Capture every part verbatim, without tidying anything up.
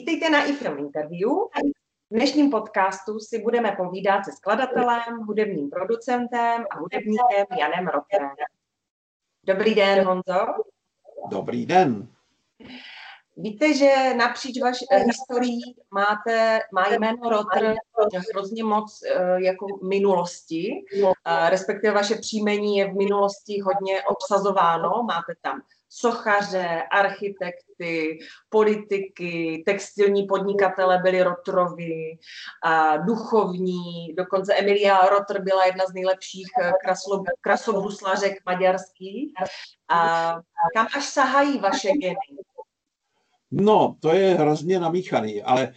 Vítejte na iFrom Interview. V dnešním podcastu si budeme povídat se skladatelem, hudebním producentem a hudebníkem Janem Rotrem. Dobrý den, Honzo. Dobrý den. Víte, že napříč vaší historií máte, má jméno Rotr hrozně moc uh, jako minulosti, uh, respektive vaše příjmení je v minulosti hodně obsazováno, máte tam sochaře, architekty, politiky, textilní podnikatele byli Rotrovi, a duchovní, dokonce Emilia Rotr byla jedna z nejlepších kraslo, krasobruslařek maďarských. A kam až sahají vaše geny? No, to je hrozně namíchaný, ale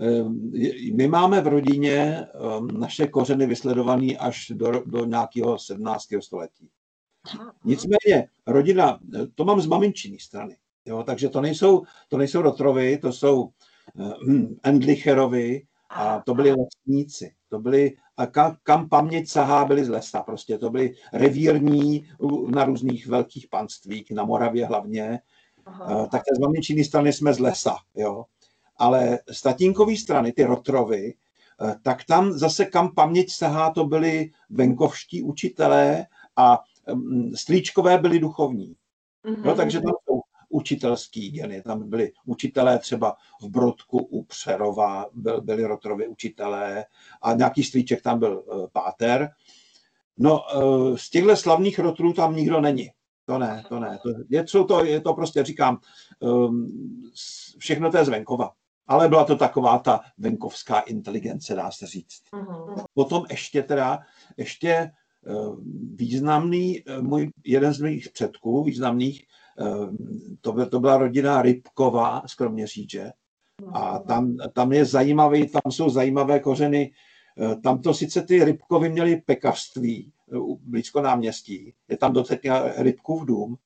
my máme v rodině naše kořeny vysledované až do, do nějakého sedmnáctého století. Nicméně rodina, to mám z maminčiny strany, jo, takže to nejsou, to nejsou Rotrovi, to jsou hm, Endlicherovi a to byli lesníci. To byli, a kam, kam paměť sahá, byli z lesa, prostě to byli revírní na různých velkých panstvích, na Moravě hlavně. Uh, tak z maminčiny strany jsme z lesa, jo. Ale z tatínkový strany, ty Rotrovi, uh, tak tam zase kam paměť sahá, to byli venkovští učitelé a um, strýčkové byli duchovní. Mm-hmm. Jo, takže tam jsou učitelský geny, tam byli učitelé třeba v Brodku u Přerova, byl, byli Rotrovi učitelé a nějaký strýček tam byl uh, páter. No, uh, z těchto slavných Rotrů tam nikdo není. To ne, to ne. To je, co to, je to prostě, říkám, um, všechno to je z venkova. Ale byla to taková ta venkovská inteligence, dá se říct. Uh-huh. Potom ještě teda, ještě uh, významný, uh, můj, jeden z mých předků, významných, uh, to, by, to byla rodina Rybková z Kroměříže. A tam, tam je zajímavý, tam jsou zajímavé kořeny. Uh, tam to sice ty Rybkovy měly pekařství, blízko náměstí, je tam docela Rybkův dům,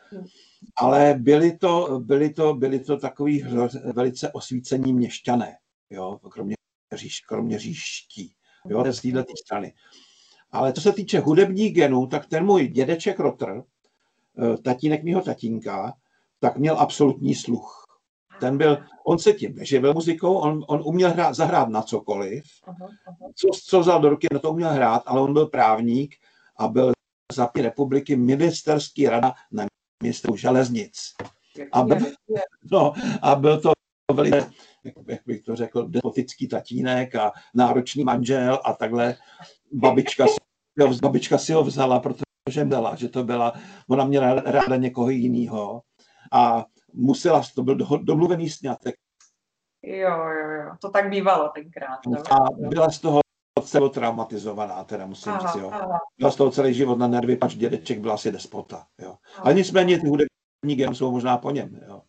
ale byli to, byli to, byli to takový velice osvícení měšťané, jo, kromě, říš, kromě říští, jo, z této strany. Ale co se týče hudebních genů, tak ten můj dědeček Rotr, tatínek mýho tatínka, tak měl absolutní sluch. Ten byl, on se tím neživil muzikou, on, on uměl hrát, zahrát na cokoliv, aha, aha. Co, co vzal do ruky, na to uměl hrát, ale on byl právník a byl za pět republiky ministerský rada na ministru železnic. A byl, no, a byl to velice, jak bych to řekl, despotický tatínek a náročný manžel a takhle. Babička si, jo, babička si ho vzala, protože byla, že to byla, ona měla ráda někoho jiného. A musela, to byl domluvený sňatek. Jo, jo, jo, to tak bývalo tenkrát. No. A byla z toho celou traumatizovaná, teda musím aha, říct, jo. Aha. Byla z toho celý život na nervy, pač dědeček byl asi despota, jo. Aha. Ale nicméně ty hudební geny jsou možná po něm, jo.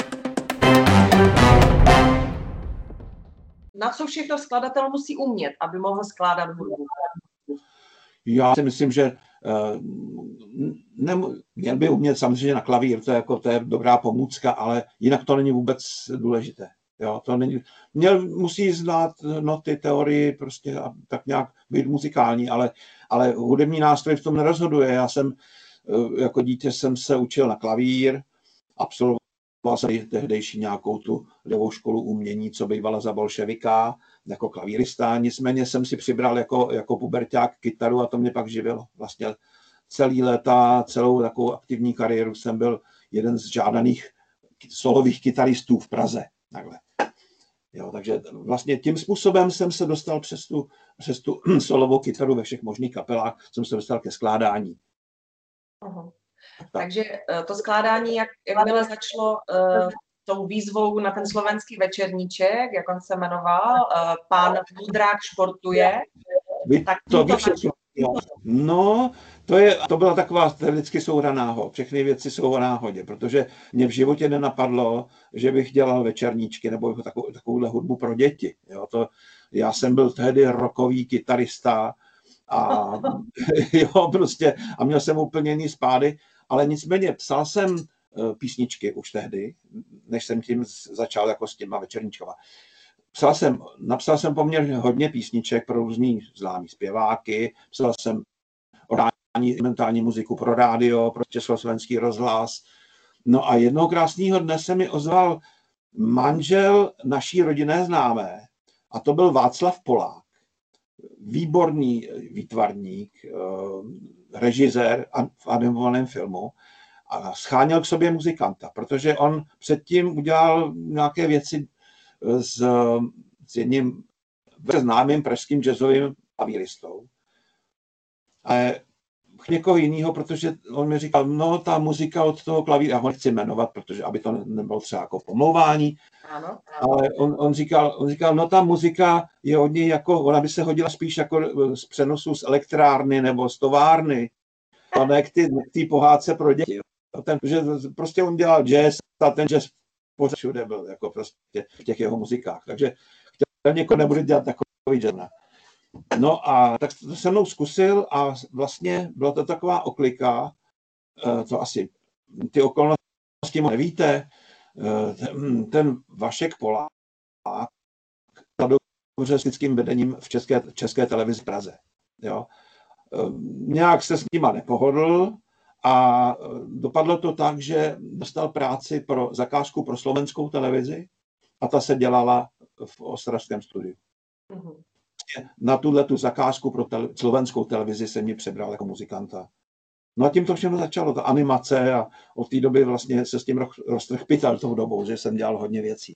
Na co všechno skladatel musí umět, aby mohl skládat hudbu? Já si myslím, že ne, měl by umět samozřejmě na klavír, to je, jako, to je dobrá pomůcka, ale jinak to není vůbec důležité. Jo, to není, měl, musí znát noty, teorii, prostě a tak nějak být muzikální, ale, ale hudební nástroj v tom nerozhoduje. Já jsem, jako dítě jsem se učil na klavír, absolvoval jsem tehdejší nějakou tu levou školu umění, co bývala za bolševika, jako klavírista, nicméně jsem si přibral jako, jako puberťák kytaru a to mě pak živilo. Vlastně celý léta, celou takovou aktivní kariéru jsem byl jeden z žádaných solových kytaristů v Praze. Takhle. Jo, takže vlastně tím způsobem jsem se dostal přes tu, přes tu solovou kytaru ve všech možných kapelách, jsem se dostal ke skládání. Aha. Tak. Takže to skládání, jak, jakmile začalo uh, tou výzvou na ten slovenský večerníček, jak on se jmenoval, uh, Pán Vudrák športuje, Vy, tak to, to všechno, no, to, je, to byla taková, to vždycky souhra náhod, všechny věci jsou o náhodě, protože mě v životě nenapadlo, že bych dělal večerníčky nebo takovou, takovouhle hudbu pro děti. Jo, to, já jsem byl tehdy rockový kytarista a, jo, prostě, a měl jsem úplně jiný spády, ale nicméně psal jsem písničky už tehdy, než jsem tím začal jako s těma večerníčkama. Psal jsem, napsal jsem poměrně hodně písniček pro různý známý zpěváky, psal jsem orální mentální muziku pro rádio, pro Československý rozhlas. No a jednoho krásného dne se mi ozval manžel naší rodinné známé, a to byl Václav Polák, výborný výtvarník, režisér v animovaném filmu, a scháněl k sobě muzikanta, protože on předtím udělal nějaké věci s, s jedním známým pražským jazzovým klavíristou. Ale někoho jiného, protože on mi říkal, no ta muzika od toho klavíra, já ho nechci jmenovat, protože aby to nebylo třeba jako pomlouvání, ano, ano. Ale on, on, říkal, on říkal, no ta muzika je od něj jako, ona by se hodila spíš jako z přenosu z elektrárny nebo z továrny, a ne k té pohádce pro děti. Ten, že prostě on dělal jazz a ten jazz pořád všude byl, jako prostě v těch jeho muzikách. Takže chtěl někoho nebude dělat takový jazz. No a tak to se mnou zkusil a vlastně byla to taková oklika, to asi ty okolnosti nevíte, ten Vašek Polák dobře s lidským vedením v české, české televizi v Praze. Jo. Nějak se s nima nepohodl a dopadlo to tak, že dostal práci pro zakázku pro slovenskou televizi a ta se dělala v ostravském studiu. Mm-hmm. Na tuhle tu zakázku pro tele, slovenskou televizi se mi přebral jako muzikanta. No a tím to všechno začalo, ta animace, a od té doby vlastně se s tím roztrh pytel tou dobou, že jsem dělal hodně věcí.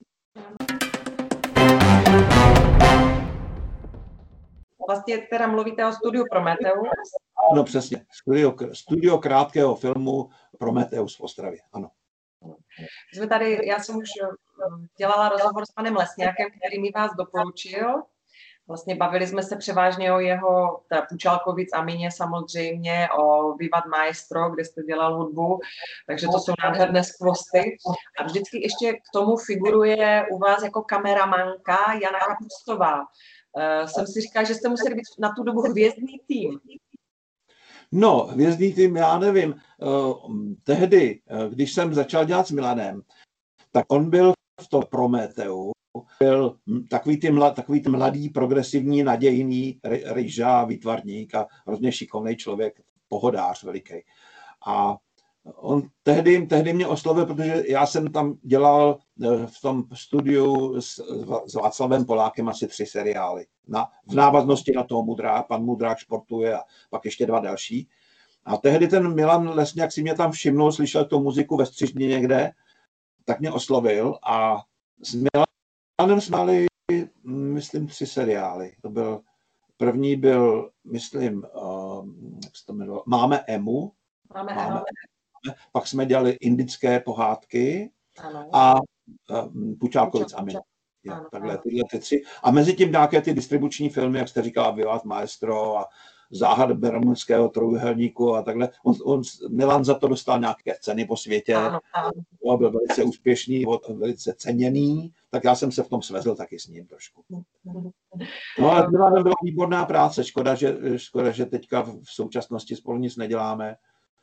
Vlastně teda mluvíte o studiu Prometheus? No přesně, studio, studio krátkého filmu Prometheus v Ostravě, ano. Jsme tady, já jsem už dělala rozhovor s panem Lesňákem, který mi vás doporučil. Vlastně bavili jsme se převážně o jeho Pučalkovic a Mině samozřejmě, o Vivat Maestro, kde jste dělal hudbu, takže to jsou nádherné skvosty. A vždycky ještě k tomu figuruje u vás jako kameramanka Jana Kapustová. Uh, jsem si říkala, že jste museli být na tu dobu hvězdný tým. No, hvězdný tým, já nevím. Uh, tehdy, když jsem začal dělat s Milanem, tak on byl v tom Prometeu, byl takový ty, mlad, takový ty mladý, progresivní, nadějný ryža, výtvarník a hrozně šikovný člověk, pohodář veliký. A on tehdy, tehdy mě oslovil, protože já jsem tam dělal v tom studiu s, s Václavem Polákem asi tři seriály. Na, v návaznosti na toho Mudrák, pan Mudrák športuje a pak ještě dva další. A tehdy ten Milan Lesňák si mě tam všimnul, slyšel tu muziku ve střižně někde, tak mě oslovil a s Milanem jsme mali, myslím, tři seriály. To byl, první byl, myslím, uh, jak se to jmenovalo, Máme Emu. Máme, Máme Emu. Pak jsme dělali indické pohádky, ano. A uh, Pučálkovic a Mině. Jo, takhle tyhle ty tři. A mezi tím nějaké ty distribuční filmy, jak jste říkala, Vivat Maestro a Záhad Bermudského trojúhelníku a takhle. On, on, Milan za to dostal nějaké ceny po světě. Ano, ano. Byl velice úspěšný, velice ceněný, tak já jsem se v tom svezl taky s ním trošku. No ale Milanem byla výborná práce. Škoda, že, škoda, že teďka v současnosti spolu nic neděláme.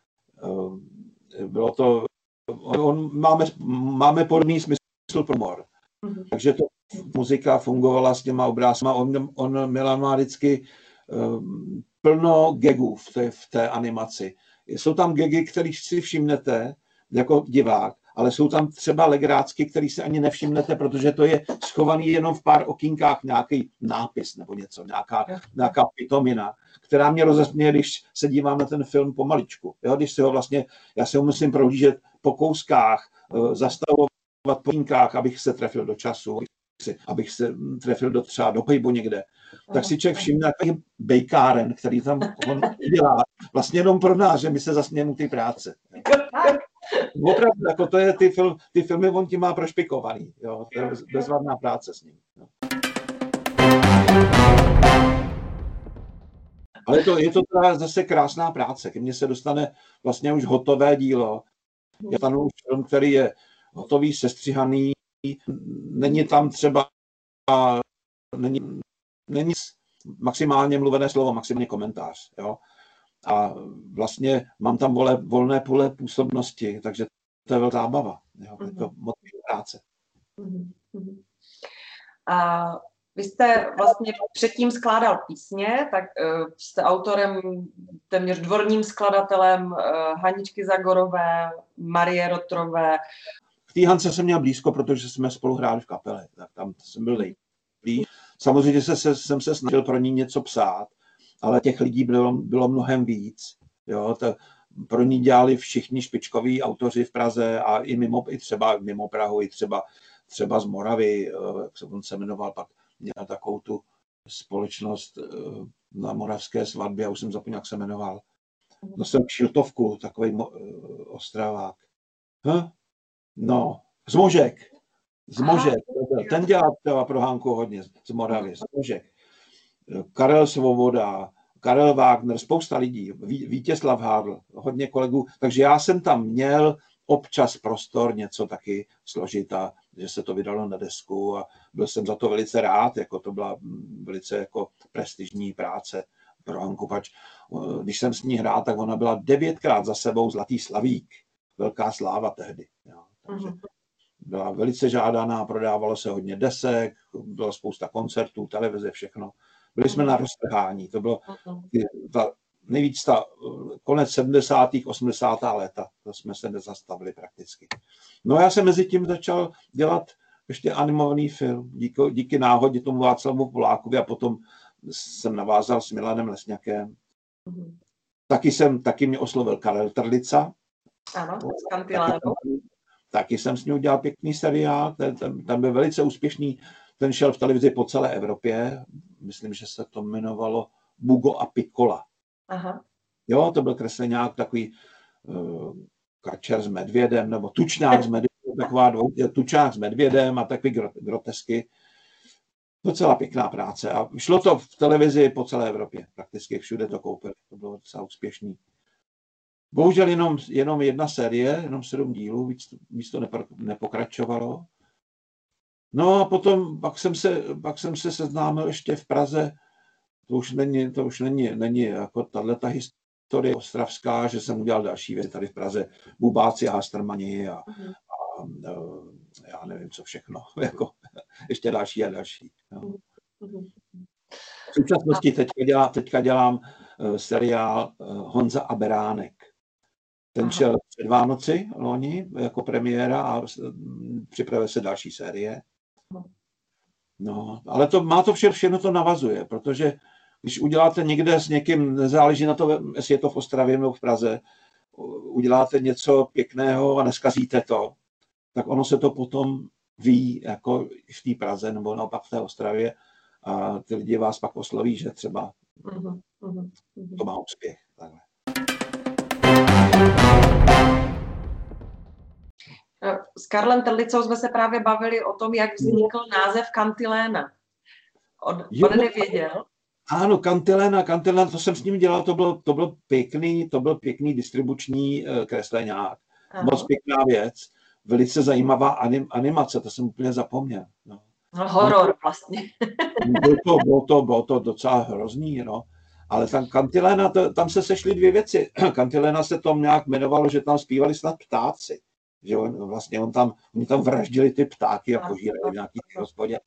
Bylo to, on, máme, máme podobný smysl pro humor. Mm-hmm. Takže to muzika fungovala s těma obrázkama. On, on Milan má vždycky um, plno gagů v té, v té animaci. Jsou tam gagy, kterých si všimnete jako divák, ale jsou tam třeba legrácky, který si ani nevšimnete, protože to je schovaný jenom v pár okýnkách nějaký nápis nebo něco, nějaká, nějaká pitomina, která mě rozesměje, když se dívám na ten film pomaličku. Jo, když si ho vlastně, já si ho musím prohlížet po kouskách, zastavovat po okýnkách, abych se trefil do času, abych se trefil do, třeba do pohybu někde. Tak si člověk všimne takový bejkáren, který tam on dělá. Vlastně jenom pro nás, že my se zasmějeme té práce. Opravdu, jako to je ty, film, ty filmy, on tím má prošpikovaný. Jo? To je bezvadná práce s ním. Jo. Ale to, je to teda zase krásná práce. Ke mně se dostane vlastně už hotové dílo. Je tam už film, který je hotový, sestřihaný. Není tam třeba není, není maximálně mluvené slovo, maximálně komentář. Jo? A vlastně mám tam vole, volné pole působnosti, takže to je velká zábava. Jo? Je to moc práce. A vy jste vlastně předtím skládal písně, tak uh, jste autorem, téměř dvorním skladatelem uh, Haničky Zagorové, Marie Rotrové. K té Hance jsem měl blízko, protože jsme spolu hráli v kapele, tak tam jsem byl nejblíž. Samozřejmě se, se, jsem se snažil pro ní něco psát, ale těch lidí bylo, bylo mnohem víc. Jo, to, pro ní dělali všichni špičkoví autoři v Praze a i mimo, i třeba mimo Prahu, i třeba, třeba z Moravy, jak se on se jmenoval, pak měl takovou tu společnost na Moravské svatbě, já už jsem zapomněl, jak se jmenoval. Nosil kšiltovku, takový Ostravák. Hm? No, Zmožek. Zmožek. Ten dělá pro Hanku hodně, z Moravy. Zmožek. Karel Svoboda, Karel Wagner, spousta lidí, Vítězslav Hádl, hodně kolegů. Takže já jsem tam měl občas prostor něco taky složit a že se to vydalo na desku a byl jsem za to velice rád, jako to byla velice jako prestižní práce pro Hanku, pač když jsem s ní hrál, tak ona byla devětkrát za sebou Zlatý slavík. Velká sláva tehdy. Jo. Takže byla velice žádaná, prodávalo se hodně desek, bylo spousta koncertů, televize, všechno. Byli jsme na roztrhání, to bylo ta, nejvíc ta konec sedmdesátých osmdesátých léta, to jsme se nezastavili prakticky. No a já jsem mezi tím začal dělat ještě animovaný film, díky, díky náhodě tomu Václavu Polákovi a potom jsem navázal s Milanem Lesňakem. Mm. Taky jsem, taky mě oslovil Karel Trlica. Ano, s Kantilénou. Taky jsem s ním udělal pěkný seriál, ten, ten, ten byl velice úspěšný, ten šel v televizi po celé Evropě, myslím, že se to jmenovalo Bugo a Piccola. Aha. Jo, to byl kreslňák takový uh, kačer s medvědem, nebo tučňák s medvědem, taková dvou, tučňák s medvědem a takový grotesky. Docela pěkná práce a šlo to v televizi po celé Evropě, prakticky všude to koupili, to bylo docela úspěšný. Bohužel jenom, jenom jedna série, jenom sedm dílů, víc, víc to nepokračovalo. No a potom pak jsem se, pak jsem se seznámil ještě v Praze, to už není, to už není, není jako tato historie ostravská, že jsem udělal další věci tady v Praze, Bubáci a Hastrmani a, a, a já nevím, co všechno, jako ještě další a další. No. V současnosti teďka, dělá, teďka dělám uh, seriál uh, Honza a Beránek. Ten šel před Vánoci loni jako premiéra a připravuje se další série. No, ale to má to vše, všechno to navazuje, protože když uděláte někde s někým, nezáleží na to, jestli je to v Ostravě nebo v Praze, uděláte něco pěkného a neskazíte to, tak ono se to potom ví jako v té Praze nebo naopak v té Ostravě a ty lidi vás pak osloví, že třeba to má úspěch. Takhle. S Karlem Trlicou jsme se právě bavili o tom, jak vznikl název Kantiléna. On, on nevěděl. Ano, Kantiléna, Kantiléna, to jsem s ním dělal, to byl, to byl pěkný, to byl pěkný distribuční uh, kresleňák. Moc pěkná věc, velice zajímavá anim, animace, to jsem úplně zapomněl. No. No, horor vlastně. Bylo to, bylo, to, bylo to docela hrozný, no. Ale tam Kantiléna, to, tam se sešly dvě věci. Kantiléna se to nějak jmenovalo, že tam zpívali snad ptáci. Že on, vlastně on tam, oni tam vraždili ty ptáky a požírali v nějaký hospodě.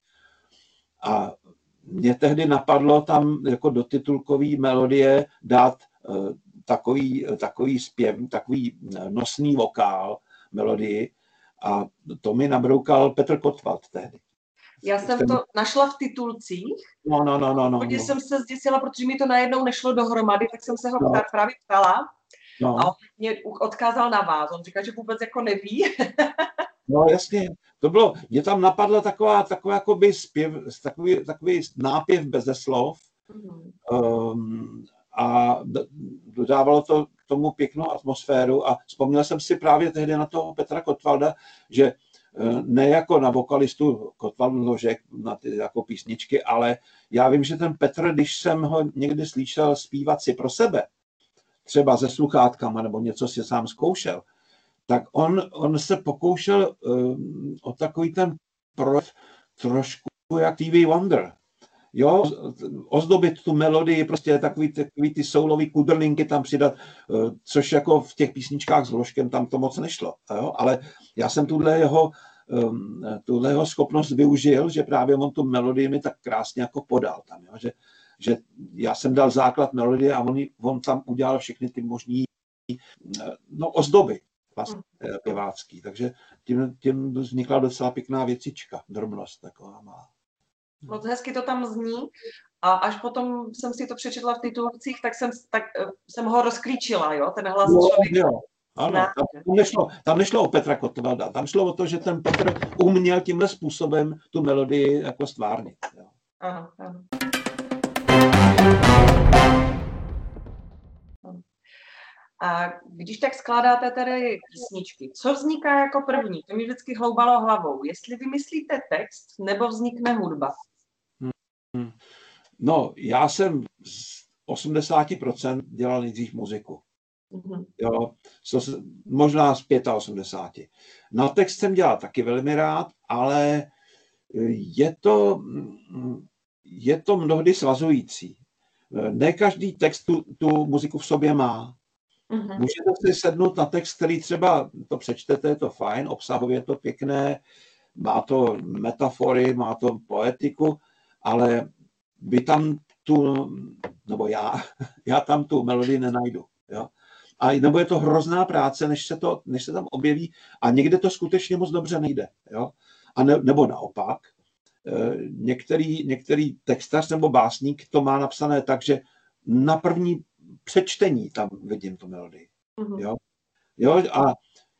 A mě tehdy napadlo tam jako do titulkové melodie dát uh, takový, takový zpěv, takový nosný vokál melodii a to mi nabroukal Petr Kotwald tehdy. Já jsem Ten... to našla v titulcích. No, no, no, no, no. Hodně no. jsem se zděsila, protože mi to najednou nešlo dohromady, tak jsem se ho no. právě ptala. No. A on mě odkázal na vás. On říkal, že vůbec jako neví. No jasně, to bylo, mě tam napadla taková, taková jakoby zpěv, takový, takový nápěv beze slov mm. um, a dodávalo to tomu pěknou atmosféru a vzpomněl jsem si právě tehdy na toho Petra Kotwalda, že ne jako na vokalistu Kotwald Ložek, na ty jako písničky, ale já vím, že ten Petr, když jsem ho někdy slyšel zpívat si pro sebe, třeba se sluchátkama nebo něco si sám zkoušel, tak on, on se pokoušel um, o takový ten projev trošku jak T V Wonder. Jo, ozdobit tu melodii, prostě takový, takový ty soulový kudrlinky tam přidat, uh, což jako v těch písničkách s Ložkem tam to moc nešlo. Jo? Ale já jsem tuhle jeho, um, tuhle jeho schopnost využil, že právě on tu melodii mi tak krásně jako podal tam, jo? Že, že já jsem dal základ melodie a on, on tam udělal všechny ty možný no, ozdoby. vlastně pěvácký. Takže tím, tím vznikla docela pěkná věcička, drobnost taková má. Moc hezky to tam zní. A až potom jsem si to přečetla v titulcích, tak jsem, tak, jsem ho rozklíčila, jo, ten hlas Jo, člověka. jo. Ano, tam nešlo, tam nešlo o Petra Kottwalda, tam šlo o to, že ten Petr uměl tímhle způsobem tu melodii jako stvárnit. Jo. Ano, ano. A když tak skládáte tedy písničky, co vzniká jako první? To mi vždycky hloubalo hlavou. Jestli vymyslíte text, nebo vznikne hudba? Hmm. No, já jsem z osmdesát procent dělal nejdřív muziku. Mm-hmm. Jo, možná z osmdesát pět. Na text jsem dělal taky velmi rád, ale je to, je to mnohdy svazující. Ne každý text tu, tu muziku v sobě má. Mm-hmm. Můžete si sednout na text, který třeba to přečtete, je to fajn, obsahově je to pěkné, má to metafory, má to poetiku, ale vy tam tu, nebo já, já tam tu melodii nenajdu. Jo? A nebo je to hrozná práce, než se, to, než se tam objeví a někde to skutečně moc dobře nejde. Jo? A ne, nebo naopak, některý, některý textař nebo básník to má napsané tak, že na první přečtení tam vidím tu melodii. Mm-hmm. Jo? Jo? A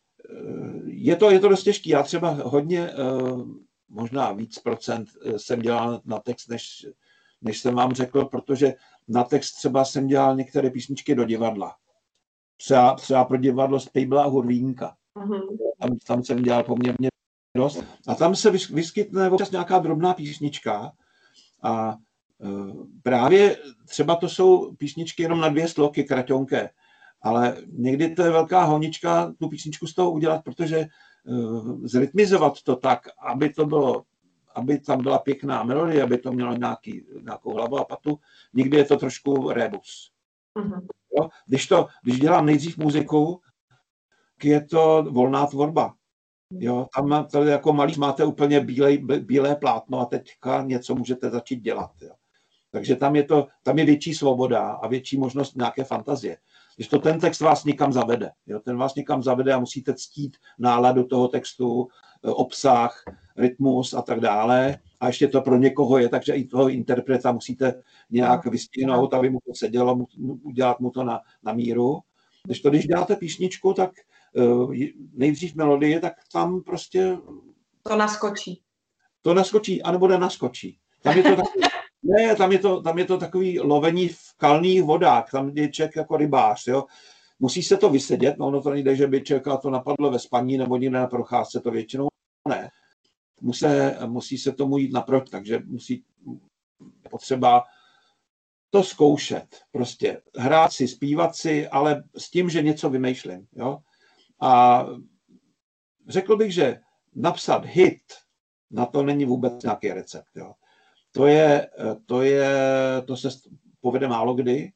je to, je to dost těžký. Já třeba hodně, možná víc procent jsem dělal na text, než, než jsem vám řekl, protože na text třeba jsem dělal některé písničky do divadla. Třeba, třeba pro divadlo Spejbla a Hurvínka. Mm-hmm. Tam, tam jsem dělal poměrně dost. A tam se vyskytne občas nějaká drobná písnička a uh, právě třeba to jsou písničky jenom na dvě sloky, kraťonké, ale někdy to je velká honička tu písničku z toho udělat, protože uh, zrytmizovat to tak, aby to bylo, aby tam byla pěkná melodie, aby to mělo nějaký, nějakou hlavu a patu, někdy je to trošku rebus. Mm-hmm. Jo? Když, to, když dělám nejdřív muziku, je to volná tvorba. Jo? Tam tady jako malíř máte úplně bílé, bílé plátno a teďka něco můžete začít dělat. Jo? Takže tam je, to, tam je větší svoboda a větší možnost nějaké fantazie. Když to ten text vás někam zavede. Jo? Ten vás někam zavede a musíte ctít náladu toho textu, obsah, rytmus a tak dále. A ještě to pro někoho je, takže i toho interpreta musíte nějak vystihnout, aby mu to sedělo, udělat mu to na, na míru. Když to, když děláte písničku, tak uh, nejdřív melodie, tak tam prostě... To naskočí. To naskočí, anebo nenaskočí. Tam je to takový, ne, tam je to, tam je to takový lovení v kalných vodách, tam je člověk jako rybář, jo. Musí se to vysedět, no ono to nejde, že by člověka to napadlo ve spaní nebo někde na procházce, to většinou ne. Musí, musí se tomu jít naproti, takže musí potřeba to zkoušet, prostě hrát si, zpívat si, ale s tím, že něco vymýšlím. Jo? A řekl bych, že napsat hit, na to není vůbec nějaký recept. Jo? To je, to je, to se povede málo kdy.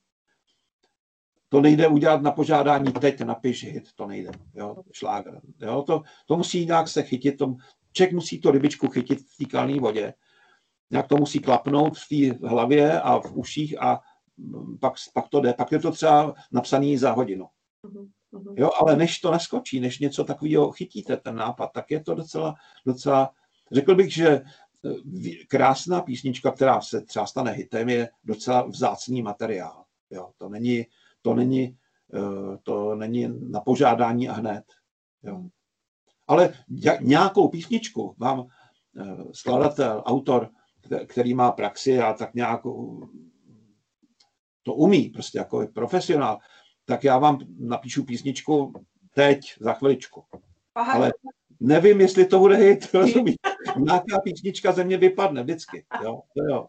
To nejde udělat na požádání, teď napiš hit, to nejde. Jo? Šláger. Jo? To, to musí nějak se chytit, to, člověk musí to rybičku chytit v té kalné vodě. Nějak to musí klapnout v té hlavě a v uších a pak, pak to jde. Pak je to třeba napsaný za hodinu. Jo, ale než to naskočí, než něco takového chytíte, ten nápad, tak je to docela, docela, řekl bych, že krásná písnička, která se třeba stane hitem, je docela vzácný materiál. Jo, to není, to není, to není na požádání a hned. Jo. Ale nějakou písničku vám skladatel, autor, který má praxi a tak nějak to umí, prostě jako profesionál, tak já vám napíšu písničku teď, za chviličku. Aha. Ale nevím, jestli to bude hit, rozumíš? Nějaká písnička ze mě vypadne vždycky, jo, to jo.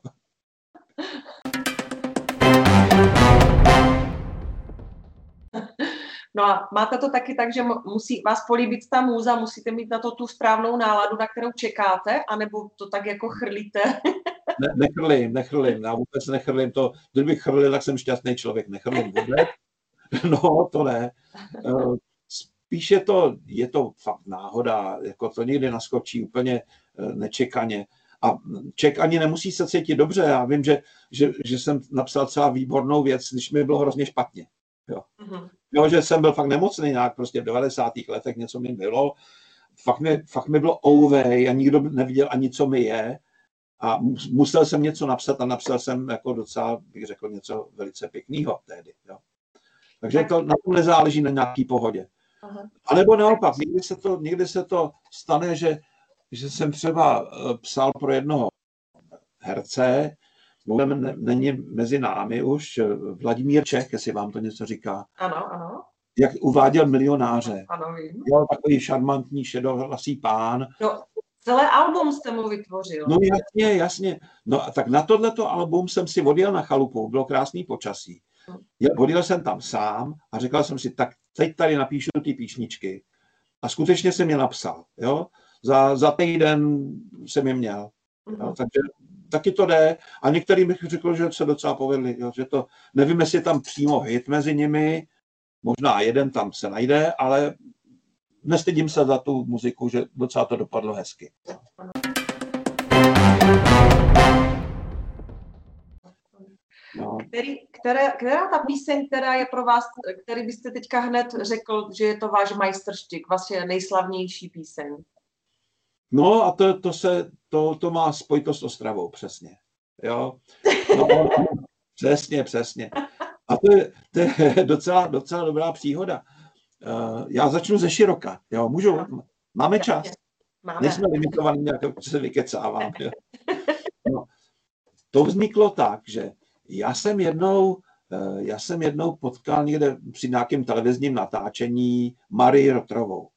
No a máte to taky tak, že musí vás políbit ta můza, musíte mít na to tu správnou náladu, na kterou čekáte, anebo to tak jako chrlíte? Ne, nechrlím, nechrlím, já vůbec nechrlím to. Kdybych chrlil, tak jsem šťastný člověk, nechrlím vůbec. No, to ne. Spíš je to, je to fakt náhoda, jako to někdy naskočí úplně nečekaně. A člověk ani nemusí se cítit dobře. Já vím, že, že, že jsem napsal třeba výbornou věc, když mi bylo hrozně špatně. Jo. Mm-hmm. Jo, že jsem byl fakt nemocný nějak prostě v devadesátých letech, něco mi bylo. Fakt mi, fakt mi bylo ouvej a nikdo neviděl ani, co mi je. A musel jsem něco napsat a napsal jsem jako docela, bych řekl, něco velice pěkného tehdy. Jo. Takže to na tom nezáleží na nějaký pohodě. Aha. A nebo naopak, někdy se to, někdy se to stane, že, že jsem třeba psal pro jednoho herce, není mezi námi už, Vladimír Čech, jestli vám to něco říká. Ano, ano. Jak uváděl Milionáře. Ano, vím. Jo, takový šarmantní šedohlasý pán. No, celé album jste mu vytvořil. No jasně, jasně. No a tak na tohleto album jsem si odjel na chalupu, bylo krásný počasí. Odjel jsem tam sám a říkal jsem si, tak teď tady napíšu ty píšničky. A skutečně jsem je napsal. Jo? Za, za týden jsem je měl. Jo? Takže taky to jde. A některým bych řekl, že se docela povedli. Jo? Že to, nevím, jestli tam přímo hit mezi nimi, možná jeden tam se najde, ale nestydím se za tu muziku, že docela to dopadlo hezky. No. Který, které, která ta píseň, která je pro vás, který byste teďka hned řekl, že je to váš majstrštyk, vaše nejslavnější píseň? No a to, to, se, to, to má spojitost s Ostravou, přesně. Jo? No, přesně, přesně. A to je, to je docela, docela dobrá příhoda. Uh, já začnu ze široka. Jo? Můžu? Máme čas? Máme. Nejsme limitovaní, jak se vykecávám. Jo? No. To vzniklo tak, že já jsem jednou, já jsem jednou potkal někde při nějakém televizním natáčení Marii Rotrovou.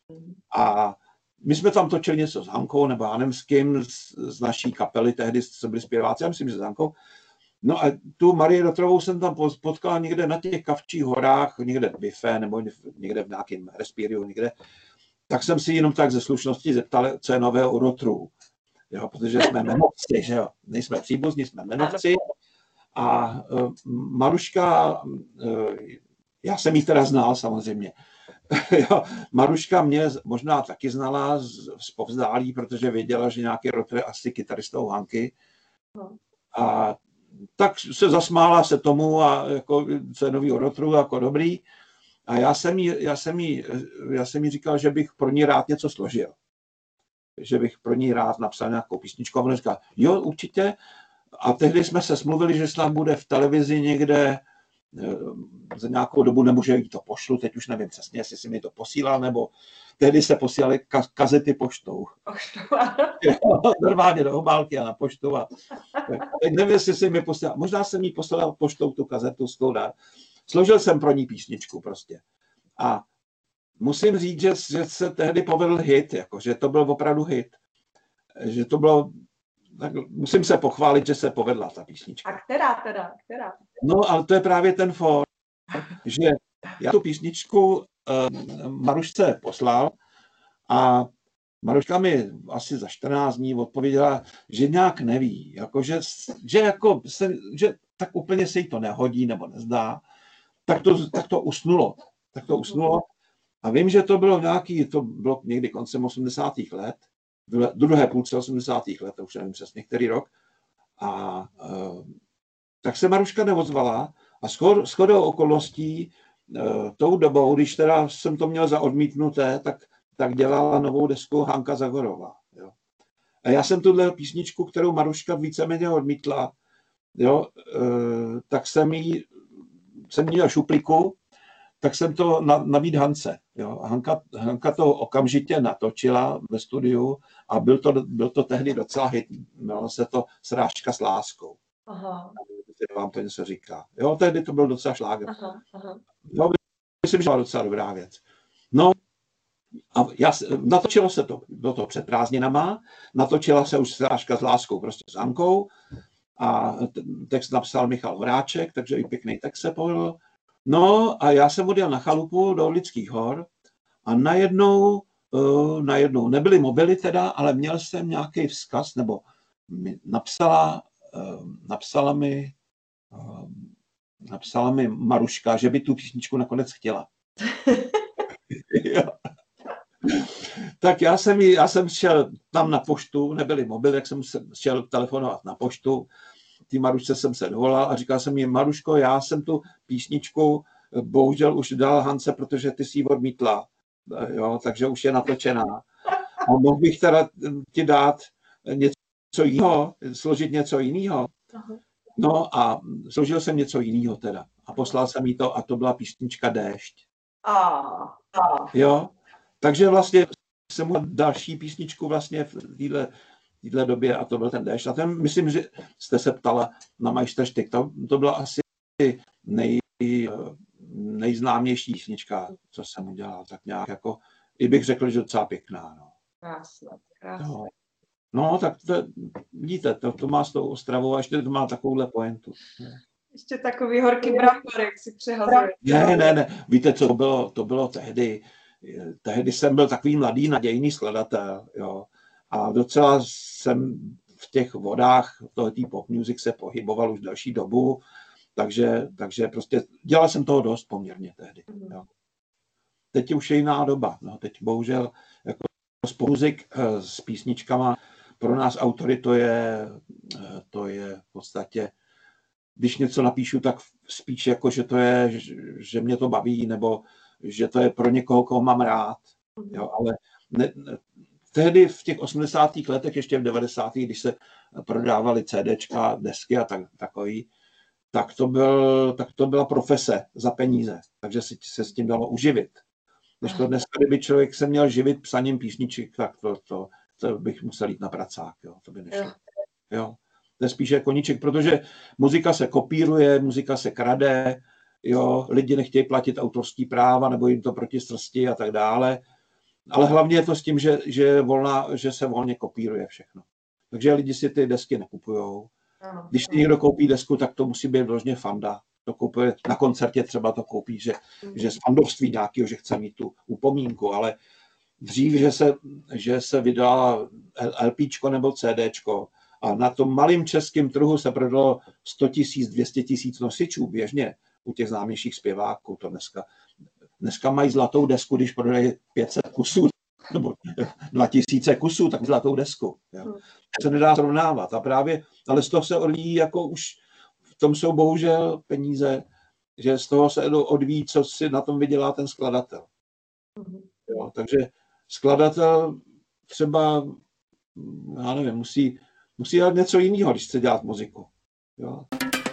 A my jsme tam točili něco s Hankou, nebo já nevím s kým, z, z naší kapely, tehdy jsme byli zpěváci, já myslím, že s Hankou. No a tu Marii Rotrovou jsem tam potkal někde na těch Kavčích horách, někde v Bife, nebo někde v nějakém Respiriu, někde. Tak jsem si jenom tak ze slušnosti zeptal, co je nového u Rotrů. Jo, protože jsme jmenovci, že jo. Nejsme příbuzní, jsme jmenovci. A uh, Maruška, uh, já jsem ji teda znal samozřejmě. Jo, Maruška mě možná taky znala z, z povzdálí, protože věděla, že nějaký Rotr je asi kytaristou Hanky. A tak se zasmála se tomu a jako co je nový o Rotru, jako dobrý. A já jsem jí, já jsem jí, já jsem jí říkal, že bych pro ní rád něco složil. Že bych pro ní rád napsal nějakou písničku. A ona říkala, jo, určitě. A tehdy jsme se smluvili, že snad bude v televizi někde za nějakou dobu, nebo že jí to pošlu, teď už nevím přesně, jestli si mi to posílal, nebo tehdy se posílaly ka- kazety poštou. Normálně do obálky a na poštu. A teď nevím, jestli si mi posílal, možná jsem jí poslal poštou tu kazetu s tou dár. Složil jsem pro ní písničku prostě. A musím říct, že, že se tehdy povedl hit, jako, že to byl opravdu hit. Že to bylo, tak musím se pochválit, že se povedla ta písnička. A která teda? Která? No, ale to je právě ten for, že já tu písničku uh, Marušce poslal a Maruška mi asi za čtrnáct dní odpověděla, že nějak neví, jako, že, že, jako se, že tak úplně se jí to nehodí nebo nezdá, tak to, tak to usnulo. Tak to usnulo. A vím, že to bylo nějaký, to bylo někdy koncem osmdesátých let, druhé půlce osmdesátých let, to už nevím přesně, který rok. A uh, tak se Maruška neozvala a schod, shodou okolností uh, tou dobou, když teda jsem to měl za odmítnuté, tak, tak dělala novou desku Hanka Zagorová. Jo. A já jsem tuhle písničku, kterou Maruška víceméně odmítla, jo, uh, tak jsem jí, jsem měl šuplíku, tak jsem to nabídl Hance. Jo. Hanka, Hanka to okamžitě natočila ve studiu a byl to, byl to tehdy docela hit. Jmenovalo se to Srážka s láskou. Aha. Vám to něco říká. Jo, tehdy to byl docela šláger. Aha, aha. Jo, myslím, že byla docela dobrá věc. No a já, natočilo se to, bylo to před prázdninama, natočila se už Srážka s láskou prostě s Hankou a text napsal Michal Horáček, takže i pěkný text se povedl. No a já jsem odjel na chalupu do Orlických hor a najednou, uh, najednou nebyly mobily teda, ale měl jsem nějaký vzkaz, nebo mi napsala, uh, napsala mi uh, napsala mi Maruška, že by tu písničku nakonec chtěla. Tak já jsem, já jsem šel tam na poštu, nebyly mobily, jak jsem šel telefonovat na poštu. Tý Marušce jsem se dovolal a říkal jsem jí, Maruško, já jsem tu písničku bohužel už dal Hance, protože ty jsi ji odmítla, jo, takže už je natočená. A mohl bych teda ti dát něco jiného, složit něco jiného. No a složil jsem něco jiného teda. A poslal jsem jí to a to byla písnička Déšť. A, a. Jo, takže vlastně jsem mu další písničku vlastně v téhle, téhle době a to byl ten Déšť. A ten, myslím, že jste se ptala na Majsterštyk, to, to byla asi nej, nejznámější písnička, co jsem udělal, tak nějak jako, i bych řekl, že docela pěkná. No. Krásně, krásně. No. No, tak to, vidíte, to, to má s tou Ostravou a ještě to má takovouhle pointu. Ještě takový horký brambory, jak si přehazuje. Ne, ne, ne, víte, co to bylo, to bylo tehdy, tehdy jsem byl takový mladý, nadějný skladatel, jo, a docela jsem v těch vodách tohoto pop music se pohyboval už další dobu, takže, takže prostě dělal jsem toho dost poměrně tehdy, jo. Teď už je jiná doba, no, teď bohužel jako pop music s písničkama, pro nás autory to je, to je v podstatě, když něco napíšu, tak spíš jako, že to je, že mě to baví, nebo že to je pro někoho, koho mám rád. Jo, ale ne, ne, tehdy v těch osmdesátých letech, ještě v devadesátých, když se prodávaly CDčka, desky a tak, takový, tak to, byl, tak to byla profese za peníze, takže se, se s tím dalo uživit. Když to dneska, kdyby člověk se měl živit psaním písniček, tak to, to, to bych musel jít na pracák, jo, to by nešlo. Jo. To je spíše koníček, protože muzika se kopíruje, muzika se krade, jo, lidi nechtějí platit autorský práva, nebo jim to proti srsti a tak dále. Ale hlavně je to s tím, že, že, volná, že se volně kopíruje všechno. Takže lidi si ty desky nekupujou. Když si někdo koupí desku, tak to musí být vložně fanda. To kupuje, na koncertě třeba to koupí, že, že z fandovství nějakého, že chce mít tu upomínku, ale dřív, že se, že se vydala LPčko nebo CDčko, a na tom malém českém trhu se prodalo sto tisíc, dvě stě tisíc nosičů běžně u těch známějších zpěváků. To dneska, dneska mají zlatou desku, když prodají pět set kusů nebo dva tisíce kusů, tak zlatou desku. Jo. To se nedá srovnávat. A právě, ale z toho se odvíjí, jako už v tom jsou bohužel peníze, že z toho se odvíjí, co si na tom vydělá ten skladatel. Jo, takže skladatel třeba, já nevím, musí Musí dělat něco jiného, když chce dělat muziku. Jo.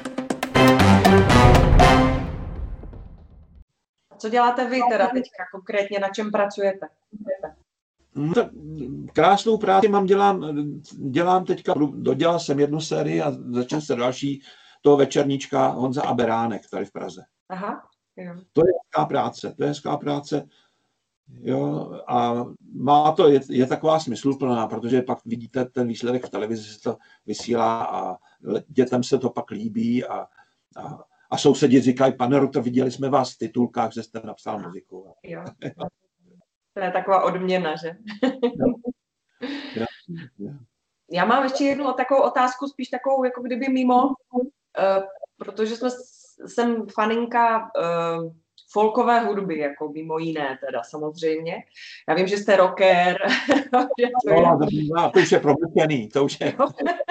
Co děláte vy teda teďka konkrétně, na čem pracujete? No, krásnou práci mám, dělám, dělám teďka, dodělal jsem jednu sérii a začal se další, toho Večerníčka Honza a Beránek tady v Praze. Aha, jo. To je hezká práce, to je hezká práce. Jo, a má to, je, je taková smysluplná, protože pak vidíte ten výsledek v televizi, se to vysílá a dětem se to pak líbí a, a, a sousedi říkají, pane Ruther, viděli jsme vás v titulkách, že jste napsal muziku. Jo. To je taková odměna, že? Jo. Jo. Jo. Já mám ještě jednu takovou otázku, spíš takovou jako kdyby mimo, uh, protože jsme, jsem faninka uh, folkové hudby, jako mimo jiné teda samozřejmě. Já vím, že jste rocker. to, je... no, to už je promluvený, to už je.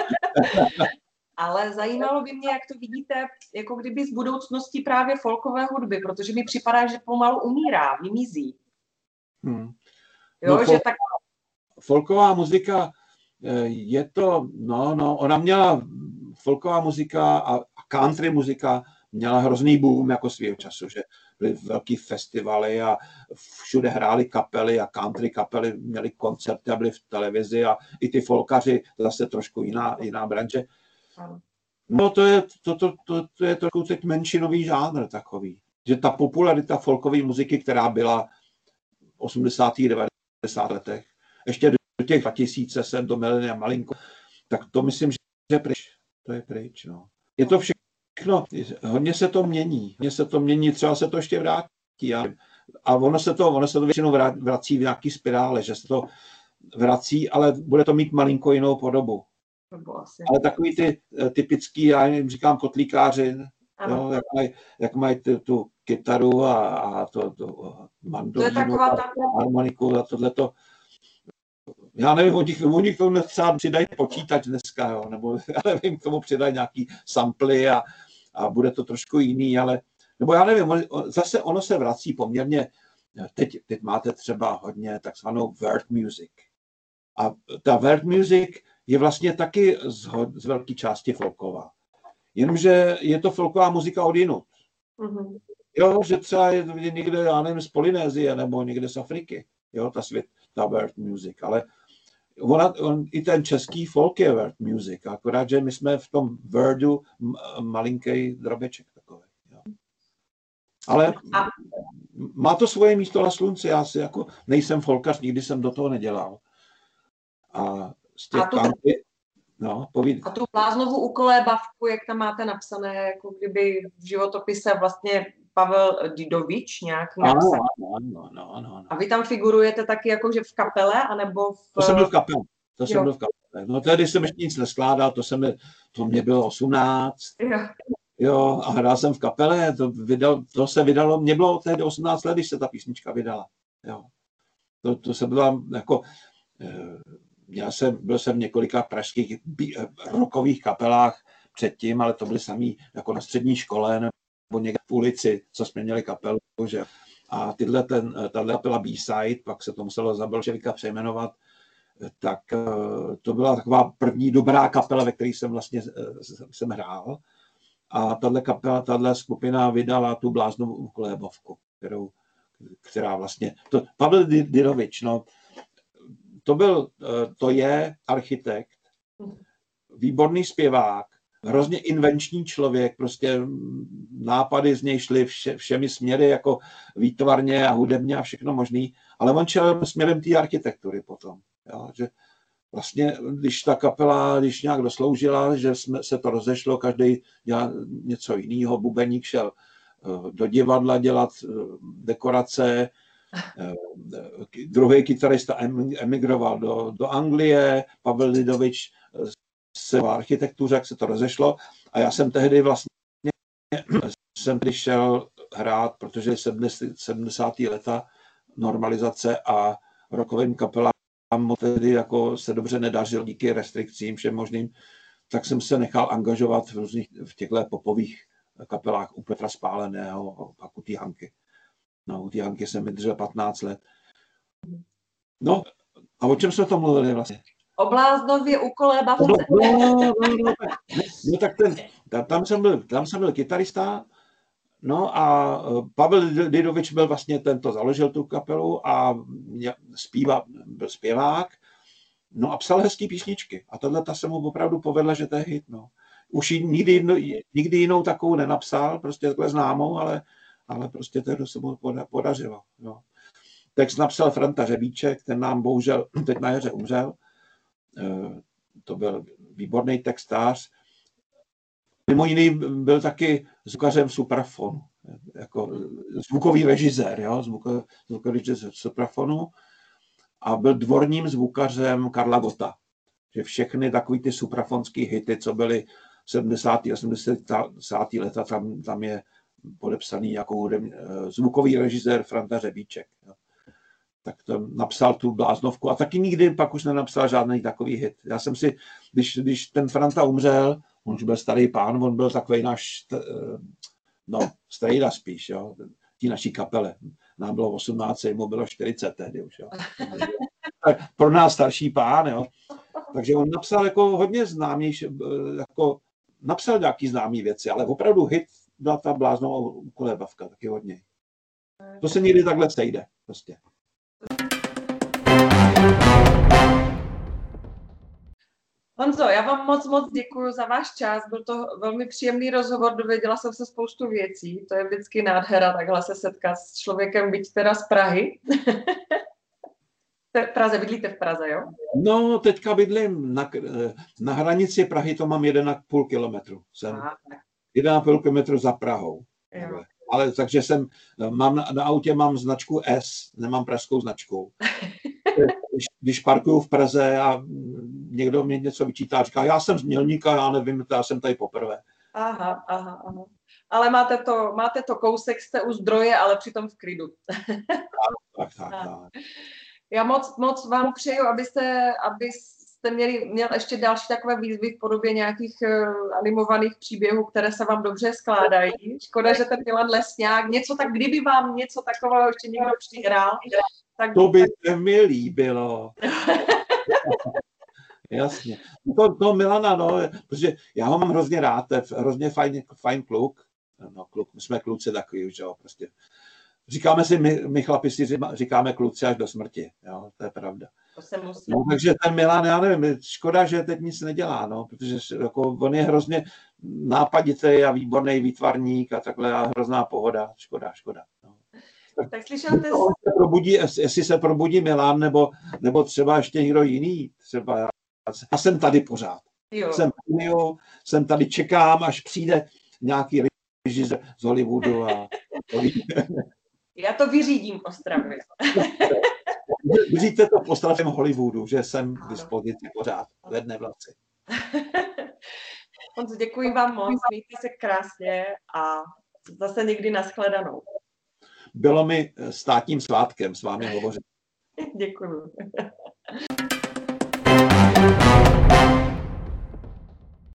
Ale zajímalo by mě, jak to vidíte, jako kdyby z budoucnosti právě folkové hudby, protože mi připadá, že pomalu umírá, vymizí. Hmm. Jo, no, že fol... tak... Folková muzika je to, no, no, ona měla, folková muzika a country muzika měla hrozný boom jako svého času, že byly velký festivaly a všude hrály kapely a country kapely měly koncerty a byly v televizi a i ty folkaři, zase trošku jiná, jiná branže. No to je, to, to, to, to je trošku teď menšinový žánr takový, že ta popularita folkové muziky, která byla v osmdesátých devadesátých letech, ještě do těch dva tisíce se do milénia malinko, tak to myslím, že je pryč. To je pryč, no. Je to všechno, hodně se to mění, hodně se to mění, třeba se to ještě vrátí. A, a ono se to, ono se to většinou vrací v nějaký spirále, že se to vrací, ale bude to mít malinko jinou podobu. Ale takový ty typický, já jim říkám kotlíkáři, jo, jak mají, jak mají tu, tu kytaru a, a to, to mandolínu a ta... harmoniku a tohleto. Já nevím, o nich, o nich tomu třeba přidají počítač dneska, jo, nebo já nevím, k tomu přidají nějaký samply a, a bude to trošku jiný, ale, nebo já nevím, zase ono se vrací poměrně, teď, teď máte třeba hodně takzvanou world music. A ta world music je vlastně taky z, z velké části folková. Jenomže je to folková muzika od jinut. Mm-hmm. Jo, že třeba je někde, já nevím, z Polynézie nebo někde z Afriky, jo, ta svět, ta world music, ale ona, on, i ten český folk je world music, akorát, že my jsme v tom wordu malinký drobeček takový. Jo. Ale má to svoje místo na slunci, já si jako nejsem folkař, nikdy jsem do toho nedělal. A z těch a tu, country, no, povídej. A tu bláznovou ukolébavku, jak tam máte napsané, jako kdyby v životopise vlastně Pavel Didovič nějak napsal. Ano, ano, ano, ano, ano. A vy tam figurujete taky jako, že v kapele, anebo v... To jsem byl v kapele. To jsem byl v kapele. No tehdy jsem ještě nic neskládal, to, jsem, to mě bylo osmnáct. Jo. Jo, a hrál jsem v kapele, to, vydal, to se vydalo, mě bylo tehdy osmnáct let, když se ta písnička vydala. Jo. To, to se byla jako... Já jsem, byl jsem v několika pražských rockových kapelách předtím, ale to byly samý jako na střední škole nebo někde v ulici, co jsme měli kapelu. Že? A tyhle ten, tahle kapela B-Side, pak se to muselo za bolševika přejmenovat, tak to byla taková první dobrá kapela, ve které jsem vlastně jsem hrál. A tahle kapela, tahle skupina vydala tu bláznovou ukolébavku, kterou, která vlastně... To, Pavel Didovič, no, to byl, to je architekt, výborný zpěvák, hrozně invenční člověk, prostě nápady z něj šly vše, všemi směry, jako výtvarně a hudebně a všechno možný, ale on šel směrem té architektury potom. Jo, že vlastně, když ta kapela, když nějak dosloužila, že jsme, se to rozešlo, každý dělal něco jiného, bubeník šel do divadla dělat dekorace, druhý kytarista emigroval do, do Anglie, Pavel Didovič se v architektuře, jak se to rozešlo. A já jsem tehdy vlastně jsem přišel hrát, protože sedmdesátá leta normalizace a rockovým kapelám tehdy jako se dobře nedařil díky restrikcím všem možným, tak jsem se nechal angažovat v různých v těchto popových kapelách u Petra Spáleného a u té Hanky. No, u té Hanky jsem vydržel patnáct let. No, a o čem jsme to mluvili vlastně? O bláznově ukolébavce. No, no, no, no, tak, no, tak ten, tam, jsem byl, tam jsem byl kytarista, no a Pavel Didovič byl vlastně ten, to založil tu kapelu a zpíva, byl zpěvák, no a psal hezký písničky. A tahle ta se mu opravdu povedla, že to je hit, no. Už ji nikdy, nikdy jinou takovou nenapsal, prostě takhle známou, ale, ale prostě to se mu podařilo. No. Text napsal Franta Řebíček, ten nám bohužel teď na jaře umřel. To byl výborný textář. Mimo jiný byl taky zvukařem Suprafonu, jako zvukový režisér, jo? Zvukový, zvukový režisér Suprafonu a byl dvorním zvukařem Karla Gotta. Že všechny takový ty suprafonský hity, co byly v sedmdesátých a osmdesátých leta, tam, tam je podepsaný jako zvukový režisér Franta Řebíček. Jo? Tak to napsal tu bláznovku a taky nikdy pak už nenapsal žádný takový hit. Já jsem si, když, když ten Franta umřel, on už byl starý pán, on byl takový náš, no, strejda spíš, jo, tí naší kapele. Nám bylo osmnáct, mu bylo čtyřicet tehdy už, jo. Pro nás starší pán, jo. Takže on napsal jako hodně známější, jako napsal nějaký známý věci, ale opravdu hit byla ta bláznová ukolébavka, taky hodně. To se někdy takhle sejde, prostě. Honzo, já vám moc, moc děkuji za váš čas. Byl to velmi příjemný rozhovor, dověděla jsem se spoustu věcí. To je vždycky nádhera takhle se setkat s člověkem, byť teda z Prahy. V Praze, bydlíte v Praze, jo? No, teďka bydlím na, na hranici Prahy, to mám jeden a půl kilometru. Jsem jeden a půl kilometru za Prahou. Jo. Ale takže jsem, mám na, na autě mám značku S, nemám pražskou značku. Když, když parkuju v Praze a někdo mě něco vyčítá, říká, já jsem z Mělníka, já nevím, já jsem tady poprvé. Aha, aha, aha. Ale máte to, máte to kousek, jste u zdroje, ale přitom v klidu. Tak, tak, tak. tak. Já moc, moc vám přeju, abyste, aby jste měli, měl ještě další takové výzvy v podobě nějakých uh, animovaných příběhů, které se vám dobře skládají. Škoda, že ten Milan Lesňák, něco tak, kdyby vám něco takového ještě někdo přihrál, tak... To by se mi líbilo. Jasně. To, to Milana, no, protože já ho mám hrozně rád, to je hrozně fajn, fajn kluk. No, kluk, my jsme kluci takový, že jo, prostě. Říkáme si, my, my chlapi si říkáme kluci až do smrti, jo, to je pravda. To se musí. No, takže ten Milan, já nevím, škoda, že teď nic nedělá, no, protože jako, on je hrozně nápaditý a výborný výtvarník a takhle a hrozná pohoda, škoda, škoda. No. Tak, tak slyšel jste... Se probudí, jestli se probudí Milan, nebo, nebo třeba ještě někdo jiný, třeba já, já jsem tady pořád. Jo. Jsem, jo, jsem tady, čekám, až přijde nějaký režisér z Hollywoodu a... Já to vyřídím v Ostravě. Vyříďte to v Ostravě Hollywoodu, že jsem k dispozici pořád ve dne v noci. Honzo, děkuji vám moc, mějte se krásně a zase někdy nashledanou. Bylo mi státním svátkem s vámi hovořit. Děkuji.